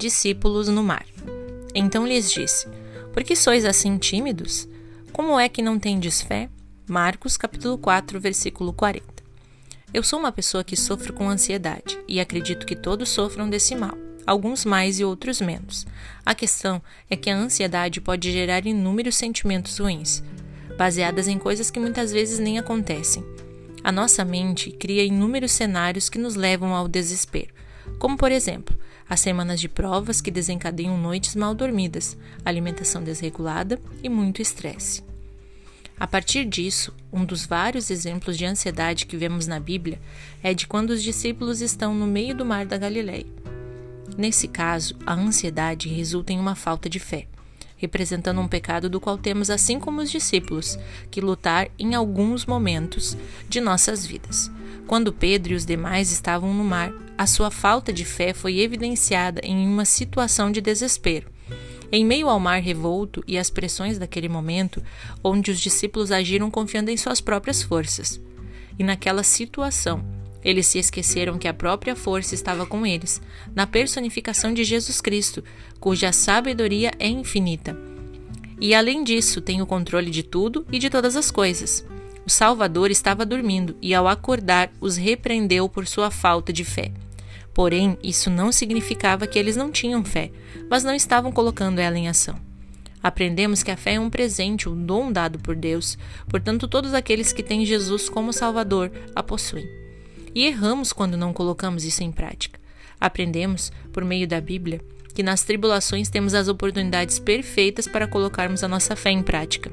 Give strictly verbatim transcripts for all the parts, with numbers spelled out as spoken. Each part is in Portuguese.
discípulos no mar. Então lhes disse: Por que sois assim tímidos? Como é que não tendes fé? Marcos capítulo quatro, versículo quarenta. Eu sou uma pessoa que sofre com ansiedade e acredito que todos sofram desse mal, alguns mais e outros menos. A questão é que a ansiedade pode gerar inúmeros sentimentos ruins, baseadas em coisas que muitas vezes nem acontecem. A nossa mente cria inúmeros cenários que nos levam ao desespero, como por exemplo, as semanas de provas que desencadeiam noites mal dormidas, alimentação desregulada e muito estresse. A partir disso, um dos vários exemplos de ansiedade que vemos na Bíblia é de quando os discípulos estão no meio do mar da Galileia. Nesse caso, a ansiedade resulta em uma falta de fé, representando um pecado do qual temos, assim como os discípulos, que lutar em alguns momentos de nossas vidas. Quando Pedro e os demais estavam no mar, a sua falta de fé foi evidenciada em uma situação de desespero. Em meio ao mar revolto e às pressões daquele momento, onde os discípulos agiram confiando em suas próprias forças. E naquela situação, eles se esqueceram que a própria força estava com eles, na personificação de Jesus Cristo, cuja sabedoria é infinita. E além disso, tem o controle de tudo e de todas as coisas. O Salvador estava dormindo e, ao acordar, os repreendeu por sua falta de fé. Porém, isso não significava que eles não tinham fé, mas não estavam colocando ela em ação. Aprendemos que a fé é um presente, um dom dado por Deus, portanto todos aqueles que têm Jesus como Salvador a possuem. E erramos quando não colocamos isso em prática. Aprendemos, por meio da Bíblia, que nas tribulações temos as oportunidades perfeitas para colocarmos a nossa fé em prática.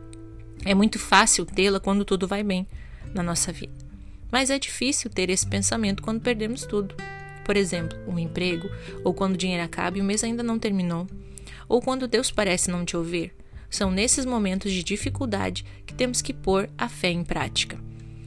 É muito fácil tê-la quando tudo vai bem na nossa vida, mas é difícil ter esse pensamento quando perdemos tudo. Por exemplo, um emprego, ou quando o dinheiro acaba e o mês ainda não terminou, ou quando Deus parece não te ouvir. São nesses momentos de dificuldade que temos que pôr a fé em prática.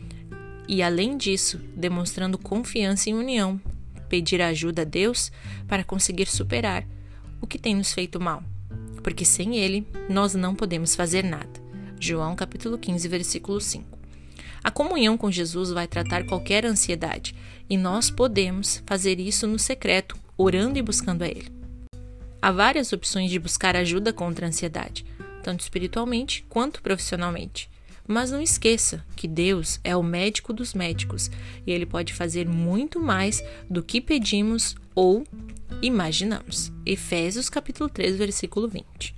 E além disso, demonstrando confiança em união, pedir ajuda a Deus para conseguir superar o que tem nos feito mal, porque sem Ele nós não podemos fazer nada. João capítulo quinze, versículo cinco. A comunhão com Jesus vai tratar qualquer ansiedade, e nós podemos fazer isso no secreto, orando e buscando a Ele. Há várias opções de buscar ajuda contra a ansiedade, tanto espiritualmente quanto profissionalmente. Mas não esqueça que Deus é o médico dos médicos, e Ele pode fazer muito mais do que pedimos ou imaginamos. Efésios capítulo três, versículo vinte.